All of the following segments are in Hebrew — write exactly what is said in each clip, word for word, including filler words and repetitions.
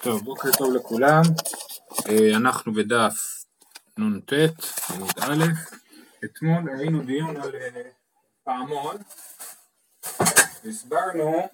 טוב, בוקר טוב לכולם. אנחנו בדף נ"ט, עמוד א'. אתמול ראינו דיון על פעמון. הסברנו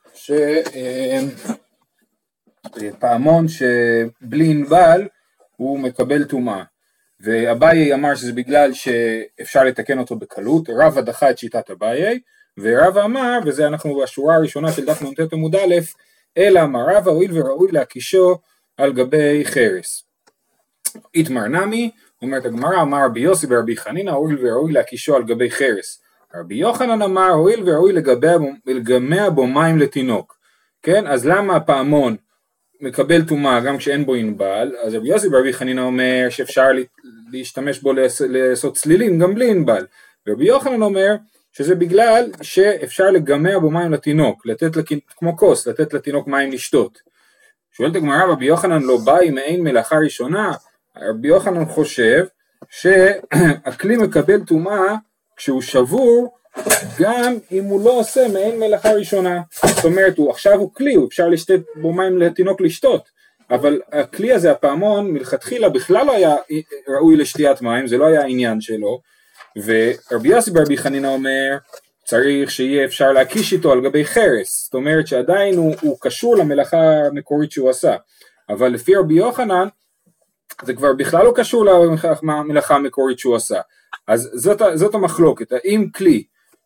שפעמון שבלי ענבל הוא מקבל טומאה. ואביי אמר שזה בגלל שאפשר לתקן אותו בקלות. רבא דחה את שיטת אביי, ורבא אמר, וזה אנחנו בשורה הראשונה של דף נ"ט עמוד א', אלא אמר רבא הואיל וראוי להקישו על גבי חרס. איתמר נמי, אומרת הגמרא, אמר רבי יוסי ברבי חנינא, הואיל וראוי להקישו על גבי חרס. רבי יוחנן אמר, הואיל וראוי לגמע בו מים לתינוק. כן, אז למה הפעמון מקבל טומאה גם כשאין בו ענבל? אז רבי יוסי ברבי חנינא אומר שאפשר להשתמש בו לעשות צלילים גם בלי ענבל. ורבי יוחנן אומר שזה בגלל שאפשר לגמע בו מים לתינוק, לתת לתינוק, כמו כוס, לתת לתינוק מים לשתות. שואלת הגמרא, רבי יוחנן לא בא עם מעין מלאכה ראשונה? רבי יוחנן חושב שהכלי מקבל טומאה כשהוא שבור, גם אם הוא לא עושה מעין מלאכה ראשונה. זאת אומרת, הוא עכשיו הוא כלי, הוא אפשר לשתת בו מים לתינוק לשתות, אבל הכלי הזה, הפעמון, מלכתחילה בכלל לא היה ראוי לשתיית מים, זה לא היה העניין שלו. ורבי יוסי ברבי חנינא אומר צריך שיהיה אפשר להקיש איתו על גבי חרס, זאת אומרת שעדיין הוא, הוא קשור למלאכה המקורית שהוא עשה, אבל לפי רבי יוחנן זה כבר בכלל לא קשור למלאכה המקורית שהוא עשה. אז זאת, זאת המחלוקת, האם כלי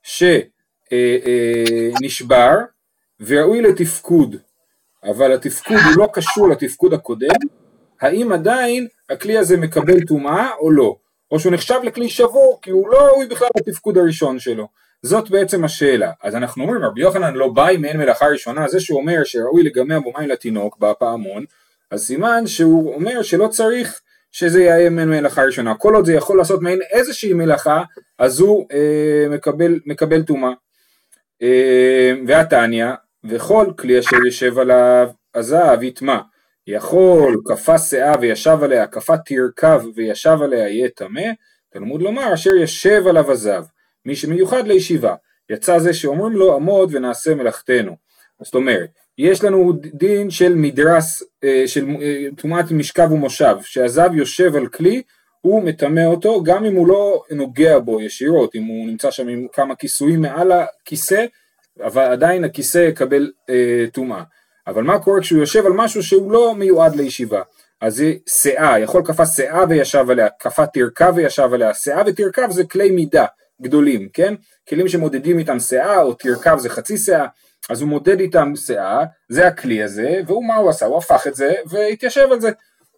שנשבר וראוי לתפקוד אבל התפקוד הוא לא קשור לתפקוד הקודם, האם עדיין הכלי הזה מקבל טומאה או לא, או שהוא נחשב לכלי שבור, כי הוא לא ראוי בכלל בתפקוד הראשון שלו. זאת בעצם השאלה. אז אנחנו אומרים, רבי יוחנן לא בא עם מעין מלאכה ראשונה, זה שהוא אומר שראוי לגמע בו מים לתינוק בפעמון, אז סימן שהוא אומר שלא צריך שזה יהיה מעין מלאכה ראשונה. כל עוד זה יכול לעשות מעין איזושהי מלאכה, אז הוא אה, מקבל, מקבל טומאה. אה, והתניא, וכל כלי אשר ישב עליו הזהב יטמא. יכול כפה שאה וישב עליה, כפה תרכב וישב עליה יהיה טמא. תלמוד לומר אשר ישב עליו הזהב, מי שמיוחד לישיבה, יצא זה שאומרים לו עמוד ונעשה מלאכתנו. זאת אומרת, יש לנו דין של מדרס, של טומאת משכב ומושב, שהזהב יושב על כלי, הוא מטמא אותו, גם אם הוא לא נוגע בו ישירות, אם הוא נמצא שם עם כמה כיסויים מעל הכיסא, אבל עדיין הכיסא יקבל טומאה. אבל מה קורה כשהוא יושב על משהו שהוא לא מיועד לישיבה? אז זה שאה, יכול כפה שאה וישב עליה, כפה תרכב וישב עליה. שאה ותרכב זה כלי מידה גדולים, כן? כלים שמודדים איתם שאה, או תרכב זה חצי שאה, אז הוא מודד איתם שאה, זה הכלי הזה, והוא מה הוא עשה? הוא הפך את זה והתיישב על זה.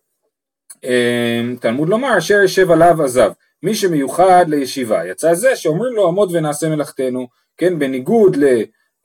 תלמוד לומר, אשר ישב עליו עזב, מי שמיוחד לישיבה, יצא זה שאומרים לו עמוד ונעשה מלאכתנו, כן? בניגוד ל...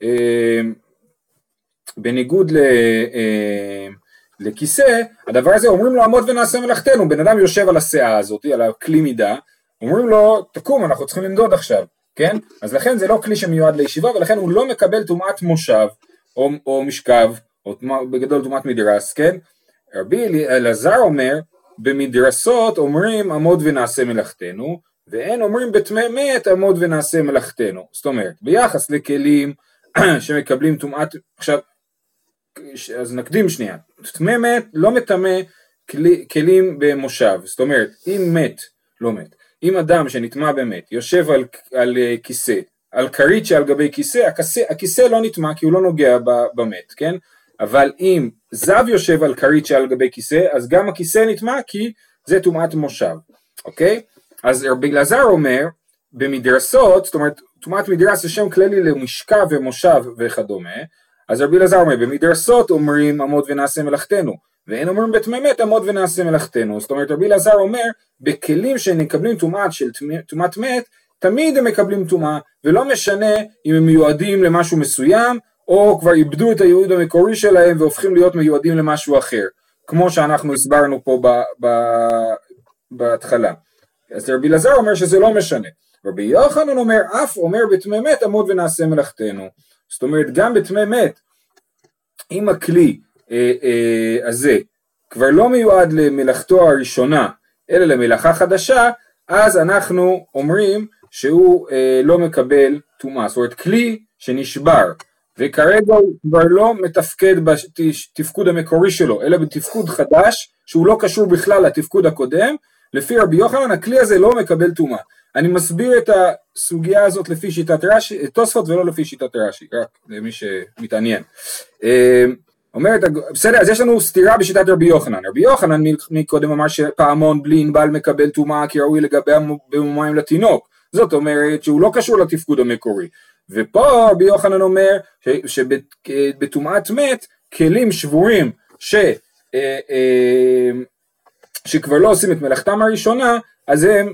בניגוד ל, אה, לכיסא, הדבר הזה אומרים לו עמוד ונעשה מלאכתנו, בן אדם יושב על השאה הזאת, על הכלי מידה, אומרים לו תקום, אנחנו צריכים למדוד עכשיו, כן? אז לכן זה לא כלי שמיועד לישיבה, ולכן הוא לא מקבל טומאת מושב, או, או משכב, או בגדול טומאת מדרס, כן? רבי אלעזר אומר, במדרסות אומרים עמוד ונעשה מלאכתנו, ואין אומרים בטמא מת עמוד ונעשה מלאכתנו. זאת אומרת, ביחס לכלים שמקבלים טומאת, עכשיו, אז נקדים שנייה, טמא מת לא מטמא כלים במושב, זאת אומרת, אם מת, לא מת, אם אדם שנטמא במת, יושב על, על כיסא, על כרית שעל גבי כיסא, הכיסא, הכיסא לא נטמא כי הוא לא נוגע במת, כן? אבל אם זב יושב על כרית שעל גבי כיסא, אז גם הכיסא נטמא כי זה טומאת מושב, אוקיי? אז רבי אלעזר אומר, במדרסות, זאת אומרת, טומאת מדרס זה שם כללי למשכב ומושב וכדומה, אז רבי אלעזר אומר, במדרסות אומרים עמוד ונעשה מלאכתנו, ואין אומרים בטמא מת עמוד ונעשה מלאכתנו. זאת אומרת, רבי אלעזר אומר, בכלים שמקבלים טומאת של טומאת מת, תמיד הם מקבלים טומאה, ולא משנה אם הם מיועדים למשהו מסוים, או כבר איבדו את הייעוד המקורי שלהם, והופכים להיות מיועדים למשהו אחר, כמו שאנחנו הסברנו פה ב, ב, בהתחלה. אז רבי אלעזר אומר שזה לא משנה. רבי יוחנן אומר, אף אומר בטמא מת עמוד ונעשה מלאכתנו. זאת אומרת, גם בטמא מת, אם הכלי אה, אה, הזה כבר לא מיועד למלאכתו הראשונה, אלא למלאכה חדשה, אז אנחנו אומרים שהוא אה, לא מקבל טומאה. זאת אומרת, כלי שנשבר וכרגע הוא כבר לא מתפקד בתפקוד המקורי שלו, אלא בתפקוד חדש, שהוא לא קשור בכלל לתפקוד הקודם, לפי רבי יוחנן הכלי הזה לא מקבל טומאה. אני מסביר את הסוגיה הזאת לפי שיטת רש"י, תוספות ולא לפי שיטת רש"י, רק למי שמתעניין. אומרת, בסדר, אז יש לנו סתירה בשיטת רבי יוחנן. רבי יוחנן מקודם אמר שפעמון בלי ענבל מקבל טומאה כי ראוי לגבי במים לתינוק. זאת אומרת שהוא לא קשור לתפקוד המקורי. ופה רבי יוחנן אומר שבטומאת מת כלים שבורים ש, שכבר לא עושים את מלאכתם הראשונה, אז הם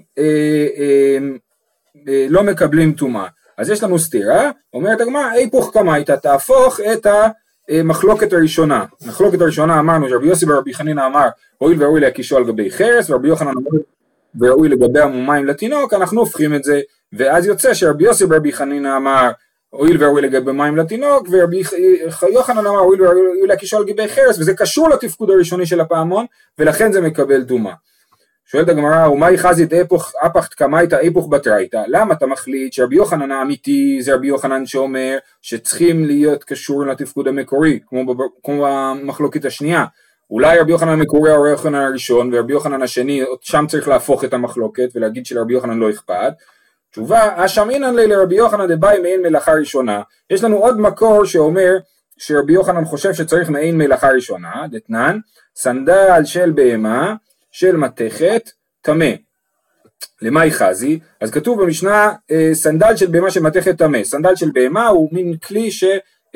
לא מקבלים טומאה. אז יש לנו סתירה, אומרת הגמרא, היפוך קמייתא, תהפוך את המחלוקת הראשונה. המחלוקת הראשונה אמרנו שרבי יוסי ורבי חנינא אמר, הואיל וראוי להקישו על גבי חרס, ורבי יוחנן אמר וראוי לגבי המומים לתינוק, אנחנו הופכים את זה, ואז יוצא שרבי יוסי ורבי חנינא אמר, הואיל וראוי לגבי מים לתינוק, ורבי יוחנן אמר, הואיל וראוי להקישו על גבי חרס, וזה קשור לתפקוד הראשוני של הפעמון, ולכן זה מקבל טומאה. שואלת הגמרא, ומאי חזית הפוך הפכת קמייתא הפוך בתרייתא? למה אתה מחליט שרבי יוחנן האמיתי זה רבי יוחנן שאומר שצריכים להיות קשור לתפקוד המקורי, כמו, כמו במחלוקת השנייה? אולי רבי יוחנן המקורי הוא רבי יוחנן הראשון, ורבי יוחנן השני, שם צריך להפוך את המחלוקת ולהגיד שלרבי יוחנן לא אכפת. תשובה, אשמינן לי לרבי יוחנן דבאי מעין מלאכה ראשונה. יש לנו עוד מקור שאומר שרבי יוחנן חושב שצריך מעין מלאכה ראשונה, דתנן, סנדל של בהמה של מתכת טמא. למאי חזי? אז כתוב במשנה סנדל של בהמה של מתכת טמא. סנדל של בהמה הוא מין כלי ש,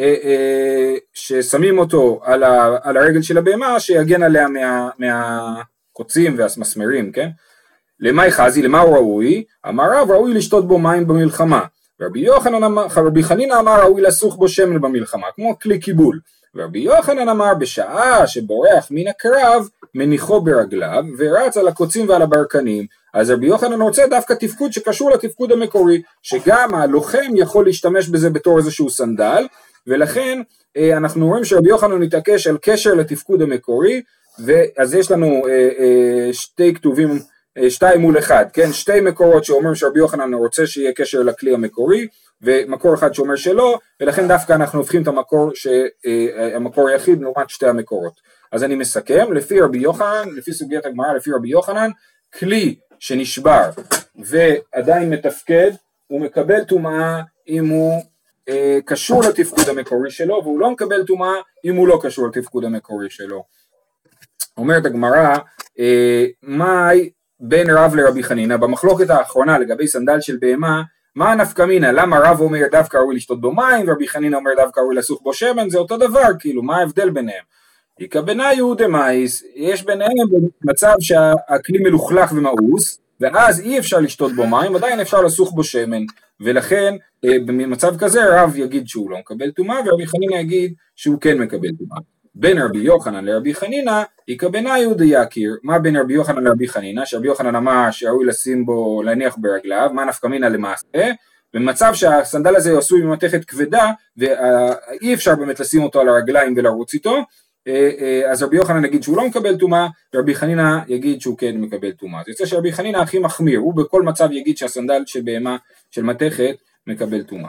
ששמים אותו על, ה, על הרגל של הבהמה שיגן עליה מה, מהקוצים והמסמרים, כן? למאי חזי? למה הוא ראוי? אמר רב ראוי לשתות בו מים במלחמה. ורבי יוחנן אמר, רבי חנינא אמר ראוי לסוך בו שמן במלחמה, כמו כלי קיבול. ורבי יוחנן אמר בשעה שבורח מן הקרב מניחו ברגליו ורץ על הקוצים ועל הברקנים. אז רבי יוחנן רוצה דווקא תפקוד שקשור לתפקוד המקורי, שגם הלוחם יכול להשתמש בזה בתור איזשהו סנדל, ולכן אנחנו רואים שרבי יוחנן מתעקש על קשר לתפקוד המקורי, ואז יש לנו שתי כתובים, שתיים מול אחד, כן? שתי מקורות שאומרים שרבי יוחנן רוצה שיהיה קשר לכלי המקורי, ומקור אחד שאומר שלא, ולכן דווקא אנחנו הופכים את המקור, המקור היחיד לעומת שתי המקורות. אז אני מסכם, לפי רבי יוחנן, לפי סוגיית הגמרא, לפי רבי יוחנן, כלי שנשבר ועדיין מתפקד, הוא מקבל טומאה אם הוא אה, קשור לתפקוד המקורי שלו, והוא לא מקבל טומאה אם הוא לא קשור לתפקוד המקורי שלו. אומרת הגמרא, אה, מאי בין רב לרבי חנינא, במחלוקת האחרונה לגבי סנדל של בהמה, מה הנפקא מינה? למה רב אומר דווקא ראוי לשתות בו מים, ורבי חנינא אומר דווקא ראוי לסוך בו שמן? זה אותו דבר, כאילו, מה ההבדל ביניהם? איכא בניו דמאיס, יש ביניהם מצב שהכלי מלוכלך ומאוס, ואז אי אפשר לשתות בו מים, עדיין אפשר לסוך בו שמן, ולכן במצב כזה רב יגיד שהוא לא מקבל טומאה, ורבי חנינא יגיד שהוא כן מקבל טומאה. בין רבי יוחנן לרבי חנינא, איכא בניו דייקיר. מה בין רבי יוחנן לרבי חנינא? שרבי יוחנן אמר שראוי לשים בו, להניח ברגליו, מה נפקא מינה למעשה? במצב שהסנדל הזה עשוי ממתכת כבדה, ואי אפשר באמת לשים אותו על הרגליים ולרוץ איתו, אז רבי יוחנן יגיד שהוא לא מקבל טומאה, ורבי חנינא יגיד שהוא כן מקבל טומאה. זה יוצא שרבי חנינא הכי מחמיר, הוא בכל מצב יגיד שהסנדל של בהמה של מתכת מקבל טומאה.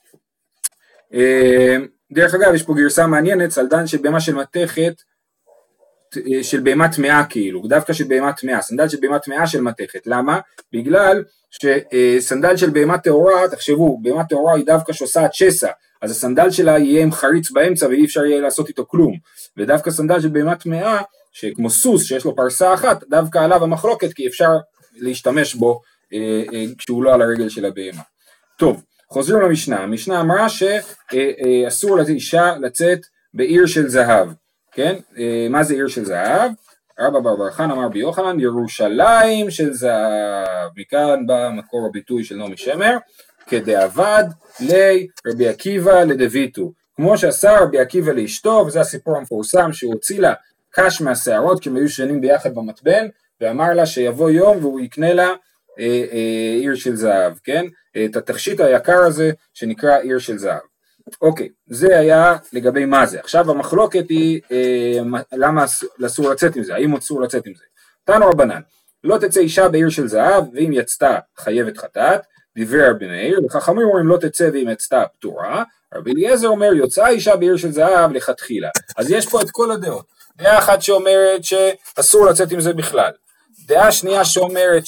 דרך אגב, יש פה גרסה מעניינת, סנדל של בהמה של מתכת, של בהמה טמאה כאילו, דווקא של בהמה טמאה, סנדל של בהמה טמאה של מתכת. למה? בגלל שסנדל של בהמה טהורה, תחשבו, בהמה טהורה היא דווקא שעושה את שסע, אז הסנדל שלה יהיה עם חריץ באמצע ואי אפשר יהיה לעשות איתו כלום, ודווקא סנדל של בהמה טמאה, שכמו סוס שיש לו פרסה אחת, דווקא עליו המחלוקת כי אפשר להשתמש בו אה, אה, כשהוא לא על הרגל של הבהמה. טוב, חוזרים למשנה, המשנה אמרה שאסור לאישה לצאת בעיר של זהב, כן? אה, מה זה עיר של זהב? רבא בר בר חנא אמר ביוחנן, ירושלים של זהב, מכאן בא מקור הביטוי של נעמי שמר, כדאבד לרבי עקיבא לדויטו, כמו שעשה רבי עקיבא לאשתו, וזה הסיפור המפורסם שהוא הוציא לה קש מהשערות כי הם היו שנים ביחד במטבן, ואמר לה שיבוא יום והוא יקנה לה אה, אה, עיר של זהב, כן? את התכשיט היקר הזה שנקרא עיר של זהב. אוקיי, זה היה לגבי מה זה. עכשיו המחלוקת היא אה, למה אסור לצאת עם זה, האם אסור לצאת עם זה. תנו רבנן, לא תצא אישה בעיר של זהב, ואם יצתה חייבת חטאת, דברי רבי מאיר, וחכמים אומרים לא תצא ואם יצתה פטורה, רבי אליעזר אומר יוצאה אישה בעיר של זהב לכתחילה. אז יש פה את כל הדעות. דעה אחת שאומרת שאסור לצאת עם זה בכלל, דעה שנייה שאומרת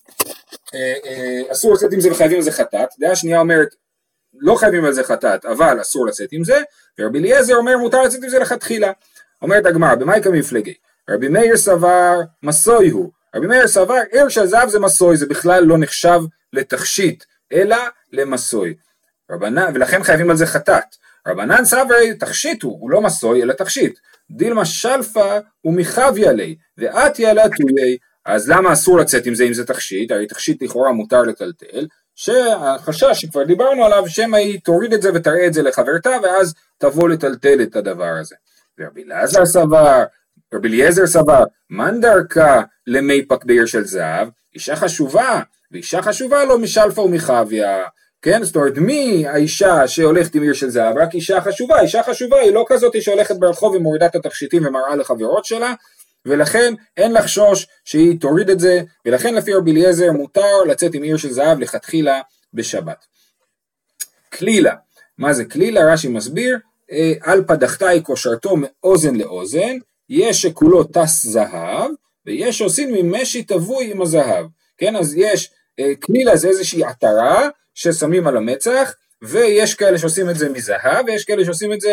שאסור לצאת עם זה וחייבים על זה חטאת, דעה שנייה אומרת לא חייבים על זה חטאת אבל אסור לצאת עם זה, ורבי אליעזר אומר מותר לצאת עם זה לכתחילה. אומרת הגמרא במאי כמפלגי, רבי מאיר סבר מסוי הוא, רבי מאיר סבר עיר של זהב זה מסוי, זה בכלל לא נחשב לתכשיט אלא למסוי, רבנן, ולכן חייבים על זה חטאת. רבנן סברי תכשיט הוא, הוא לא מסוי אלא תכשיט, דילמה שלפה ומחביה לי ואתיה לתולי. אז למה אסור לצאת עם זה אם זה תכשיט? הרי תכשיט לכאורה מותר לטלטל, שהחשש שכבר דיברנו עליו שמא היא תוריד את זה ותראה את זה לחברתה ואז תבוא לטלטל את הדבר הזה. ורבי אליעזר סבר, רבי אליעזר סבר, מן דרכה למי פק בעיר של זהב? אישה חשובה, ואישה חשובה לא משלפה ומחביה. כן, זאת אומרת, מי האישה שהולכת עם עיר של זהב? רק אישה חשובה, אישה חשובה היא לא כזאת שהולכת ברחוב ומורידה את התכשיטים ומראה לחברות שלה, ולכן אין לחשוש שהיא תוריד את זה, ולכן לפי רבי אליעזר מותר לצאת עם עיר של זהב לכתחילה בשבת. כלילה, מה זה כלילה? רש"י מסביר, על פדחתאי קושרתו מאוזן לאוזן, יש שכולו טס זהב, ויש שעושים ממשי תבוי עם הזהב. כן, אז יש, כלילה זה איזושהי עטרה, ששמים על המצח, ויש כאלה שעושים את זה מזהב, ויש כאלה שעושים את זה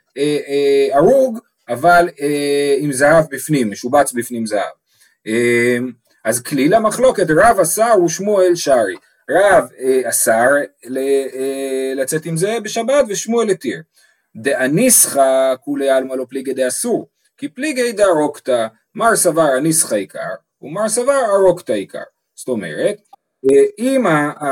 מערוג, אבל עם זהב בפנים, משובץ בפנים זהב. אז כלילה מחלוקת, רב אסר ושמואל שרי. רב אסר לצאת עם זה בשבת, ושמואל התיר. דאניסחה כולי עלמא לא פליגי דאסור, כי פליגי דארוקתא, מר סבר אניסחה עיקר, ומר סבר ארוקתא עיקר. זאת אומרת, אם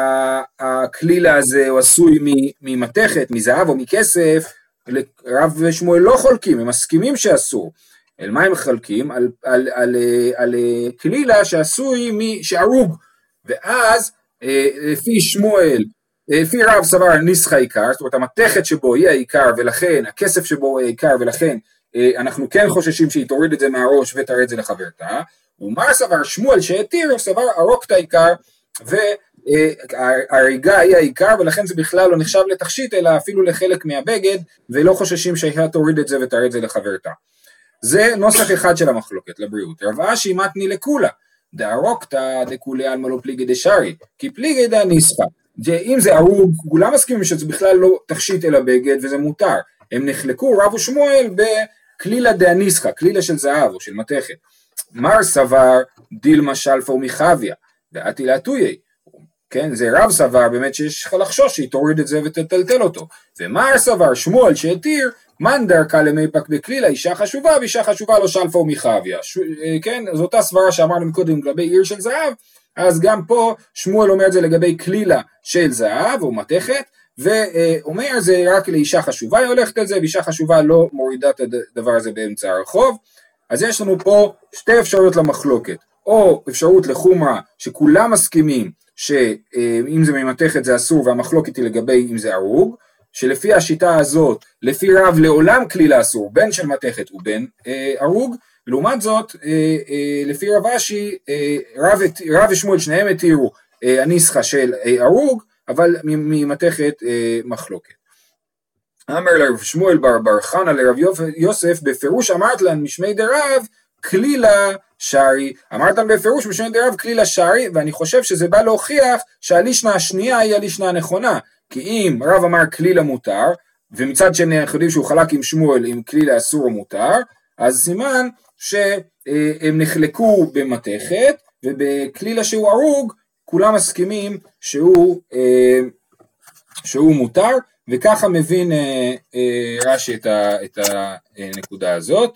הכלילה הזה הוא עשוי ממתכת, מזהב או מכסף, רב ושמואל לא חולקים, הם מסכימים שאסור. אל מה הם חלקים? על, על, על, על כלילה שעשוי משערוג, ואז לפי שמואל, לפי רב סבר ניסחה עיקר, זאת אומרת המתכת שבו היא העיקר, ולכן הכסף שבו הוא העיקר, ולכן אנחנו כן חוששים שהיא תוריד את זה מהראש ותראה את זה לחברתה, ומר סבר שמואל שהתיר, סבר ארוקתא עיקר, וההריגה היא העיקר, ולכן זה בכלל לא נחשב לתכשיט, אלא אפילו לחלק מהבגד, ולא חוששים שהיא תוריד את זה ותראה את זה לחברתה. זה נוסח אחד של המחלוקת לבריאות. רב אשי מתני לכולה, דארוקתא דכולי עלמא לא פליגי דשרי, כי פליגי דאניסחה. אם זה הרוג, כולם מסכימים שזה בכלל לא תכשיט אלא בגד, וזה מותר. הם נחלקו רב ושמואל בכלילה דאניסחה, כלילה של זהב או של מתכת. מר סבר דילמה שלפה ומחביה, ואתי לאתויי. כן, זה רב סבר באמת שיש לך לחשוש שהיא תוריד את זה ותטלטל אותו. ומר סבר שמואל שהתיר, מן דרכה למי פק בכלילה, אישה חשובה, ואישה חשובה לא שלפה ומחביה. ש... כן, זו אותה סברה שאמרנו מקודם לגבי עיר של זהב, אז גם פה שמואל אומר את זה לגבי כלילה של זהב או מתכת, ואומר זה רק לאישה חשובה היא הולכת על זה, ואישה חשובה לא מורידה את הדבר הזה באמצע הרחוב. אז יש לנו פה שתי אפשרויות למחלוקת, או אפשרות לחומרה שכולם מסכימים שאם זה ממתכת זה אסור, והמחלוקת היא לגבי אם זה הרוג, שלפי השיטה הזאת, לפי רב לעולם כלילה אסור, בין של מתכת ובין אה, הרוג, לעומת זאת, אה, אה, לפי רב אשי, אה, רב, רב ושמואל שניהם התירו אה, הניסחה של אה, הרוג, אבל ממתכת אה, מחלוקת. אמר לרב שמואל בר בר חנא לרב יוסף, בפירוש אמרת להם משמי דרב, כלילה שרי, אמרת להם בפירוש משמי דרב כלילה שרי, ואני חושב שזה בא להוכיח שהלישנה השנייה היא הלישנה הנכונה, כי אם רב אמר כלילה מותר, ומצד שני אנחנו יודעים שהוא חלק עם שמואל עם כלילה אסור או מותר, אז סימן שהם נחלקו במתכת, ובכלילה שהוא הרוג, כולם מסכימים שהוא, שהוא מותר, וככה מבין רש"י את הנקודה הזאת.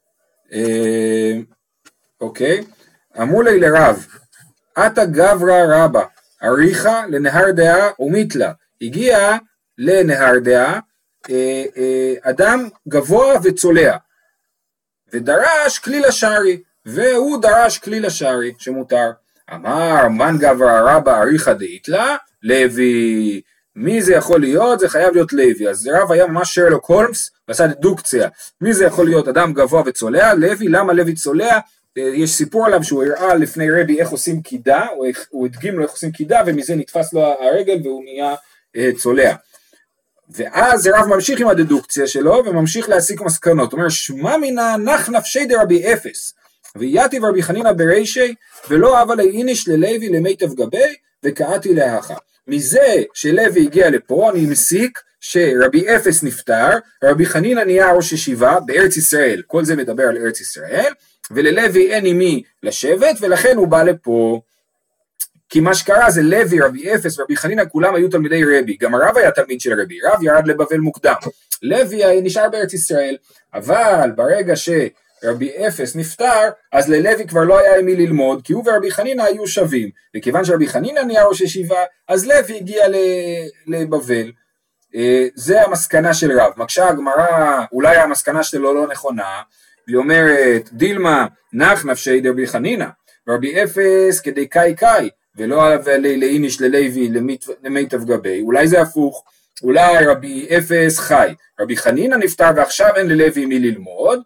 אוקיי, אמרו לי לרב, אתה גברא רבא, אריכה לנהר דעה ומיתלה, הגיע לנהר דעה, אדם גבוה וצולע, ודרש כלילה שרי, והוא דרש כלילה שרי שמותר. אמר מן גברא רבא אריכה דאיתלה, לוי. מי זה יכול להיות? זה חייב להיות לוי. אז רב היה ממש שרלוק הולמס, ועשה דדוקציה. מי זה יכול להיות? אדם גבוה וצולע, לוי. למה לוי צולע? יש סיפור עליו שהוא הראה לפני רבי איך עושים קידה, הוא, הוא הדגים לו איך עושים קידה, ומזה נתפס לו הרגל והוא נהיה אה, צולע. ואז הרב ממשיך עם הדדוקציה שלו, וממשיך להסיק מסקנות. הוא אומר, שמע מינא נח נפשי דרבי אפס, ויתיב רבי חנינא ברישי, ולא אבא לאיניש ללוי למיטב גבי, וקראתי להכה. מזה שלוי הגיע לפה, אני מסיק שרבי אפס נפטר, רבי חנינא נהיה ראש ישיבה בארץ ישראל, כל זה מדבר על ארץ ישראל, וללוי אין עם מי לשבת, ולכן הוא בא לפה. כי מה שקרה זה לוי, רבי אפס ורבי חנינא כולם היו תלמידי רבי, גם הרב היה תלמיד של רבי, רב ירד לבבל מוקדם, לוי נשאר בארץ ישראל, אבל ברגע שרבי אפס נפטר, אז ללוי כבר לא היה עם מי ללמוד, כי הוא ורבי חנינא היו שווים, וכיוון שרבי חנינא נהיה ראש ישיבה, אז לוי הגיע לבבל. זה המסקנה של רב. מקשה הגמרא, אולי המסקנה שלו לא נכונה, והיא אומרת, דילמה נח נפשי דרבי חנינא, ורבי אפס כדי קאי קאי, ולא לאיניש ללוי למיטב גבי, אולי זה הפוך, אולי רבי אפס חי, רבי חנינא נפטר ועכשיו אין ללוי מי ללמוד,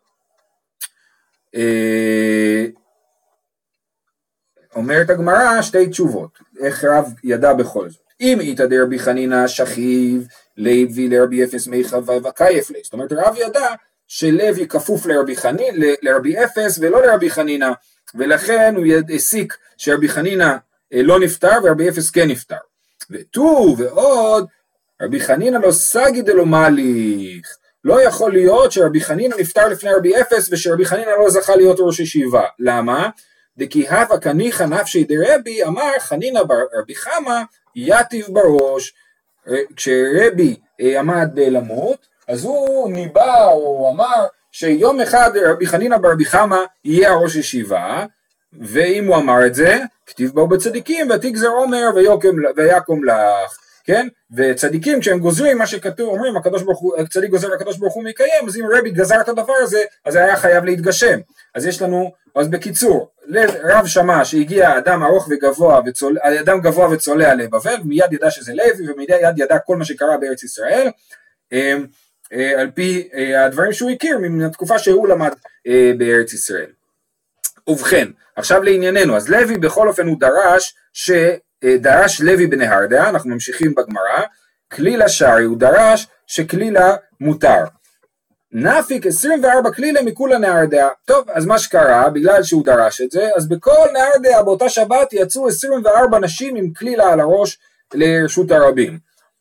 אומרת הגמרא שתי תשובות, איך רב ידע בכל זאת, אם איתא דרבי חנינא שכיב, לוי לרבי אפס מיכה וקייף לי, זאת אומרת רב ידע שלוי כפוף לרבי חנינא, לרבי אפס ולא לרבי חנינא, ולכן הוא הסיק שרבי חנינא לא נפטר ורבי אפס כן נפטר. ותו ועוד, רבי חנינא לא סגי דלא מליך, לא יכול להיות שרבי חנינא נפטר לפני רבי אפס ושרבי חנינא לא זכה להיות ראש ישיבה. למה? דכי הווה קניחא נפשי דרבי, אמר חנינא ברבי חמא יתיב בראש. כשרבי עמד למות, אז הוא ניבא או אמר שיום אחד רבי חנינא ברבי חמא יהיה הראש ישיבה, ואם הוא אמר את זה, כתיב בו בצדיקים, ותגזר עומר ויקום לך, כן? וצדיקים כשהם גוזרים מה שכתוב, אומרים, הקדוש ברוך הוא, צדיק גוזר הקדוש ברוך הוא מקיים, אז אם רבי גזר את הדבר הזה, אז היה חייב להתגשם. אז יש לנו, אז בקיצור, רב שמע שהגיע אדם ארוך וגבוה, וצול, אדם גבוה וצולע לבבל, מיד ידע שזה לוי, ומיד ידע כל מה שקרה בארץ ישראל, על פי הדברים שהוא הכיר, מן התקופה שהוא למד בארץ ישראל. ובכן, עכשיו לענייננו, אז לוי בכל אופן הוא דרש, שדרש לוי בנהרדה, אנחנו ממשיכים בגמרא, כלילה שרי, הוא דרש שכלילה מותר. נפיק עשרים וארבע כלילה מכולה נהרדה. טוב, אז מה שקרה, בגלל שהוא דרש את זה, אז בכל נהרדה באותה שבת יצאו עשרים וארבע נשים עם כלילה על הראש לרשות הרבים.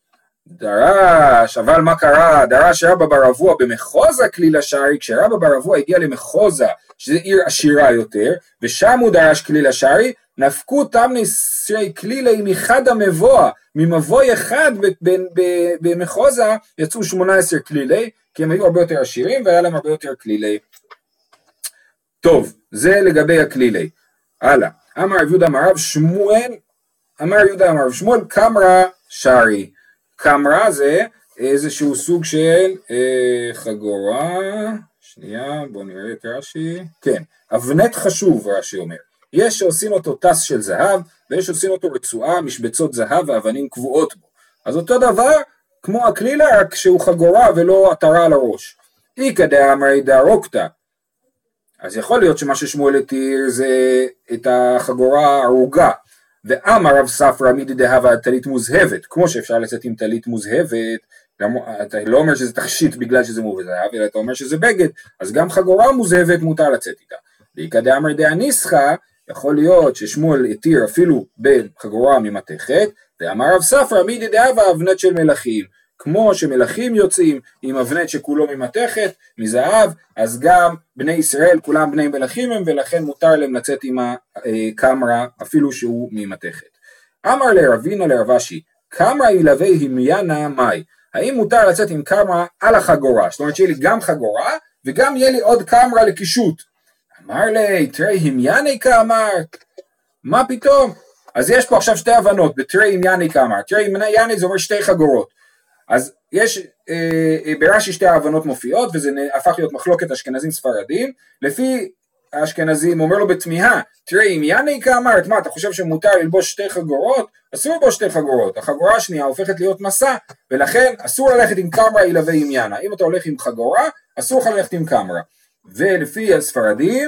דרש, אבל מה קרה? דרש רבא בר אבוה במחוזה כלילה שרי, כשרבא בר אבוה הגיע למחוזה, שזה עיר עשירה יותר, ושם הוא דרש כלילה שרי, נפקו תמני שרי כלילה מחד המבוא, ממבוא אחד במחוזה יצאו שמונה עשרה כלילי, כי הם היו הרבה יותר עשירים והיה להם הרבה יותר כלילי. טוב, זה לגבי הכלילי. הלאה, אמר יהודה אמר רב שמואל, אמר יהודה אמר רב שמואל קמרה שרי. קמרה זה איזשהו סוג של אה, חגורה, שנייה בוא נראה את רש"י, כן, אבנת חשוב רש"י אומר, יש שעושים אותו טס של זהב, ויש שעושים אותו רצועה, משבצות זהב ואבנים קבועות בו, אז אותו דבר כמו הכלילה, רק שהוא חגורה ולא עטרה על הראש. איקא דאמרי דארוקתא, אז יכול להיות שמה ששמואל התיר זה את החגורה הערוגה, ואמר רב ספרא מידי דהווה טלית מוזהבת, כמו שאפשר לצאת עם טלית מוזהבת, אתה לא אומר שזה תכשיט בגלל שזה מוזהב, אלא אתה אומר שזה בגד, אז גם חגורה מוזהבת מותר לצאת איתה. ואיקא דאמרי דאניסחא, יכול להיות ששמואל התיר אפילו בחגורה ממתכת, ואמר רב ספרא מידי דהווה אבנת של מלכים, כמו שמלכים יוצאים עם אבנת שכולו ממתכת, מזהב, אז גם בני ישראל כולם בני מלכים הם, ולכן מותר להם לצאת עם הקמרה אפילו שהוא ממתכת. אמר לרבינה לרבשי, קמרה ילווה המיינה מאי, האם מותר לצאת עם קמרה על החגורה, זאת אומרת שיהיה לי גם חגורה וגם יהיה לי עוד קמרה לקישוט. אמר לי, תראי המייני כאמרת, מה פתאום? אז יש פה עכשיו שתי הבנות, בתרי המייני כאמרת, תרי המייני זה אומר שתי חגורות, אז יש אה, ברש"י שתי ההבנות מופיעות, וזה הפך להיות מחלוקת אשכנזים ספרדים, לפי האשכנזים אומר לו בתמיהה, תראה אם יני כאמרת, מה אתה חושב שמותר ללבוש שתי חגורות? אסור ללבוש שתי חגורות, החגורה השנייה הופכת להיות מסע, ולכן אסור ללכת עם קמרה ילווה עם ינה, אם אתה הולך עם חגורה, אסור לך ללכת עם קמרה, ולפי הספרדים,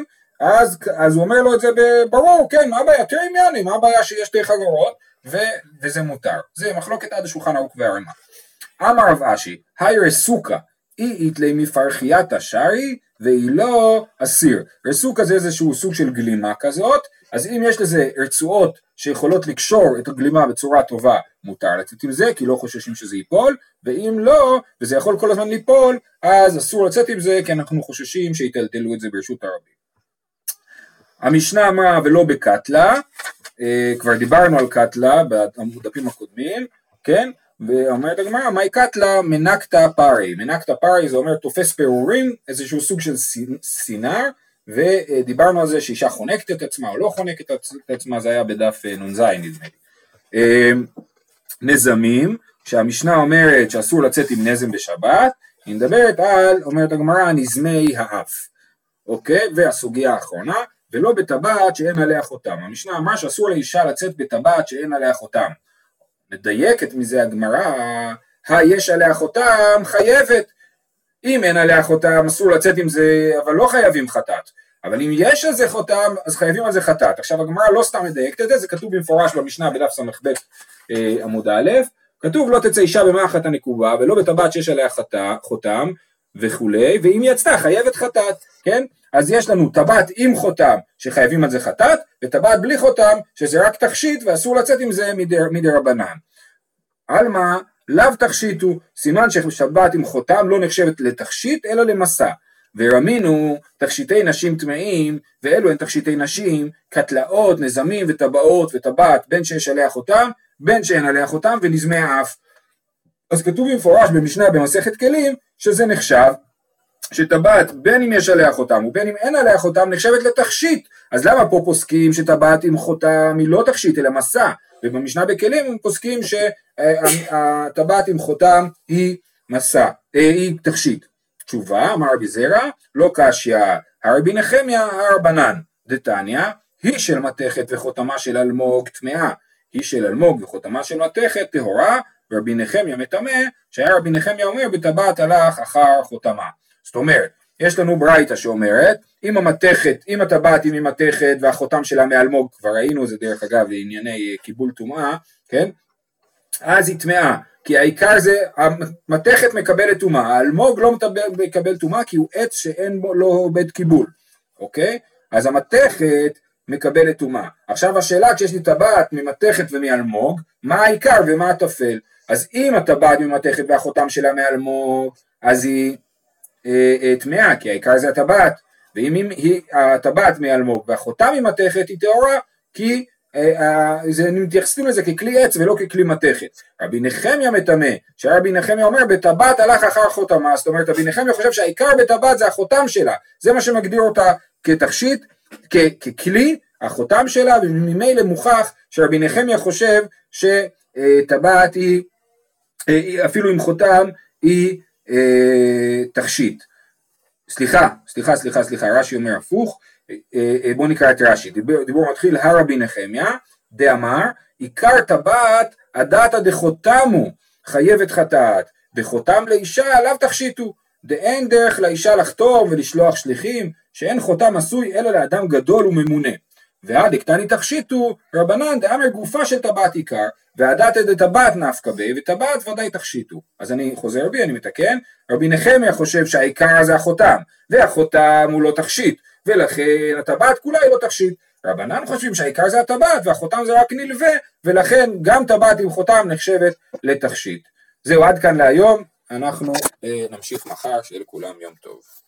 אז, אז הוא אומר לו את זה ברור, כן, מה הבעיה? תראה ענייני, מה הבעיה שיש שתי חגורות, ו, וזה מותר. זה מחלוקת עד השולחן ערוך והרימה. אמר רב אשי, היי רסוקה, אי איתלי מפרחייתה שרי, והיא לא אסיר. רסוקה זה איזשהו סוג של גלימה כזאת, אז אם יש לזה רצועות שיכולות לקשור את הגלימה בצורה טובה, מותר לצאת עם זה, כי לא חוששים שזה ייפול, ואם לא, וזה יכול כל הזמן ליפול, אז אסור לצאת עם זה, כי אנחנו חוששים שיטלטלו את זה ברשות הרבים. המשנה אמרה ולא בקטלה, כבר דיברנו על קטלה בדפים הקודמים, כן? ואומרת הגמרא, מהי קטלה? מנקתא פרי. מנקתא פרי זה אומר תופס פירורים, איזשהו סוג של סינר, ודיברנו על זה שאישה חונקת את עצמה או לא חונקת את עצמה, זה היה בדף נ"ז נדמה לי. נזמים, שהמשנה אומרת שאסור לצאת עם נזם בשבת, היא מדברת על, אומרת הגמרא, נזמי האף. אוקיי? והסוגיה האחרונה, ולא בטבעת שאין עליה חותם. המשנה אמרה שאסור לאישה לצאת בטבעת שאין עליה חותם. מדייקת מזה הגמרא, היש עליה חותם חייבת. אם אין עליה חותם אסור לצאת עם זה, אבל לא חייבים חטאת. אבל אם יש על זה חותם, אז חייבים על זה חטאת. עכשיו הגמרא לא סתם מדייקת את זה, זה כתוב במפורש במשנה בדף ס"ב אה, עמוד א', כתוב לא תצא אישה במאחת הנקובה, ולא בטבעת שיש עליה חטא, חותם וכולי, ואם יצתה חייבת חטאת, כן? אז יש לנו טבעת עם חותם שחייבים על זה חטאת, וטבעת בלי חותם שזה רק תכשיט ואסור לצאת עם זה מדי רבנן. על מה? לאו תכשיטו, סימן ששבת עם חותם לא נחשבת לתכשיט אלא למסע. ורמינו תכשיטי נשים טמאים, ואלו הן תכשיטי נשים, קטלאות, נזמים וטבעות וטבעת, בין שיש עליה חותם, בין שאין עליה חותם ונזמי האף. אז כתוב במפורש במשנה במסכת כלים שזה נחשב, שטבעת בין אם יש עליה חותם ובין אם אין עליה חותם נחשבת לתכשיט. אז למה פה פוסקים שטבעת עם חותם היא לא תכשיט אלא מסע, ובמשנה בכלים הם פוסקים שהטבעת עם חותם היא מסע, היא תכשיט. תשובה, אמר רבי זרע, לא קשיא, הרבי נחמיה הרבנן, דתניא, היא של מתכת וחותמה של אלמוג טמאה, היא של אלמוג וחותמה של מתכת טהורה, ורבי נחמיה מטמא, שהיה רבי נחמיה אומר בטבעת הלך אחר חותמה. זאת אומרת, יש לנו ברייתא שאומרת, אם המתכת, אם הטבעת היא ממתכת והחותם שלה מאלמוג, כבר ראינו זה דרך אגב לענייני קיבול טומאה, כן? אז היא טמאה, כי העיקר זה, המתכת מקבלת טומאה, האלמוג לא מקבל טומאה כי הוא עץ שאין בו, לא בית קיבול, אוקיי? אז המתכת מקבלת טומאה. עכשיו השאלה, כשיש לי טבעת ממתכת ומאלמוג, מה העיקר ומה הטפל? אז אם הטבעת ממתכת והחותם שלה מאלמוג, אז היא טמאה, כי העיקר זה הטבעת, ואם היא הטבעת מאלמוג והחותם ממתכת היא טהורה, כי זה מתייחסים לזה ככלי עץ ולא ככלי מתכת. רבי נחמיה מטמא, שרבי נחמיה אומר בטבעת הלך אחר חותמה, זאת אומרת רבי נחמיה חושב שהעיקר בטבעת זה החותם שלה, זה מה שמגדיר אותה כתכשיט, ככלי, החותם שלה, וממילא מוכח שרבי נחמיה חושב שטבעת היא, אפילו עם חותם, היא תכשיט. סליחה, סליחה, סליחה, סליחה, רש"י אומר הפוך, בוא נקרא את רש"י, דיבור, דיבור מתחיל הרבי נחמיה, דאמר, עיקר טבעת הדתא דחותמו חייבת חטאת, דחותם לאישה עליו תכשיטו, דאין דרך לאישה לחתום ולשלוח שליחים, שאין חותם עשוי אלא לאדם גדול וממונה. והדקתני תכשיטו רבנן דאמר גופה של טבעת עיקר, והדתא דטבעת נפקא בי, וטבעת ודאי תכשיטו. אז אני חוזר בי, אני מתקן, רבי נחמיה חושב שהעיקר זה החותם, והחותם הוא לא תכשיט, ולכן הטבעת כולה היא לא תכשיט. רבנן חושבים שהעיקר זה הטבעת, והחותם זה רק נלווה, ולכן גם טבעת עם חותם נחשבת לתכשיט. זהו, עד כאן להיום, אנחנו אה, נמשיך מחר, שיהיה לכולם יום טוב.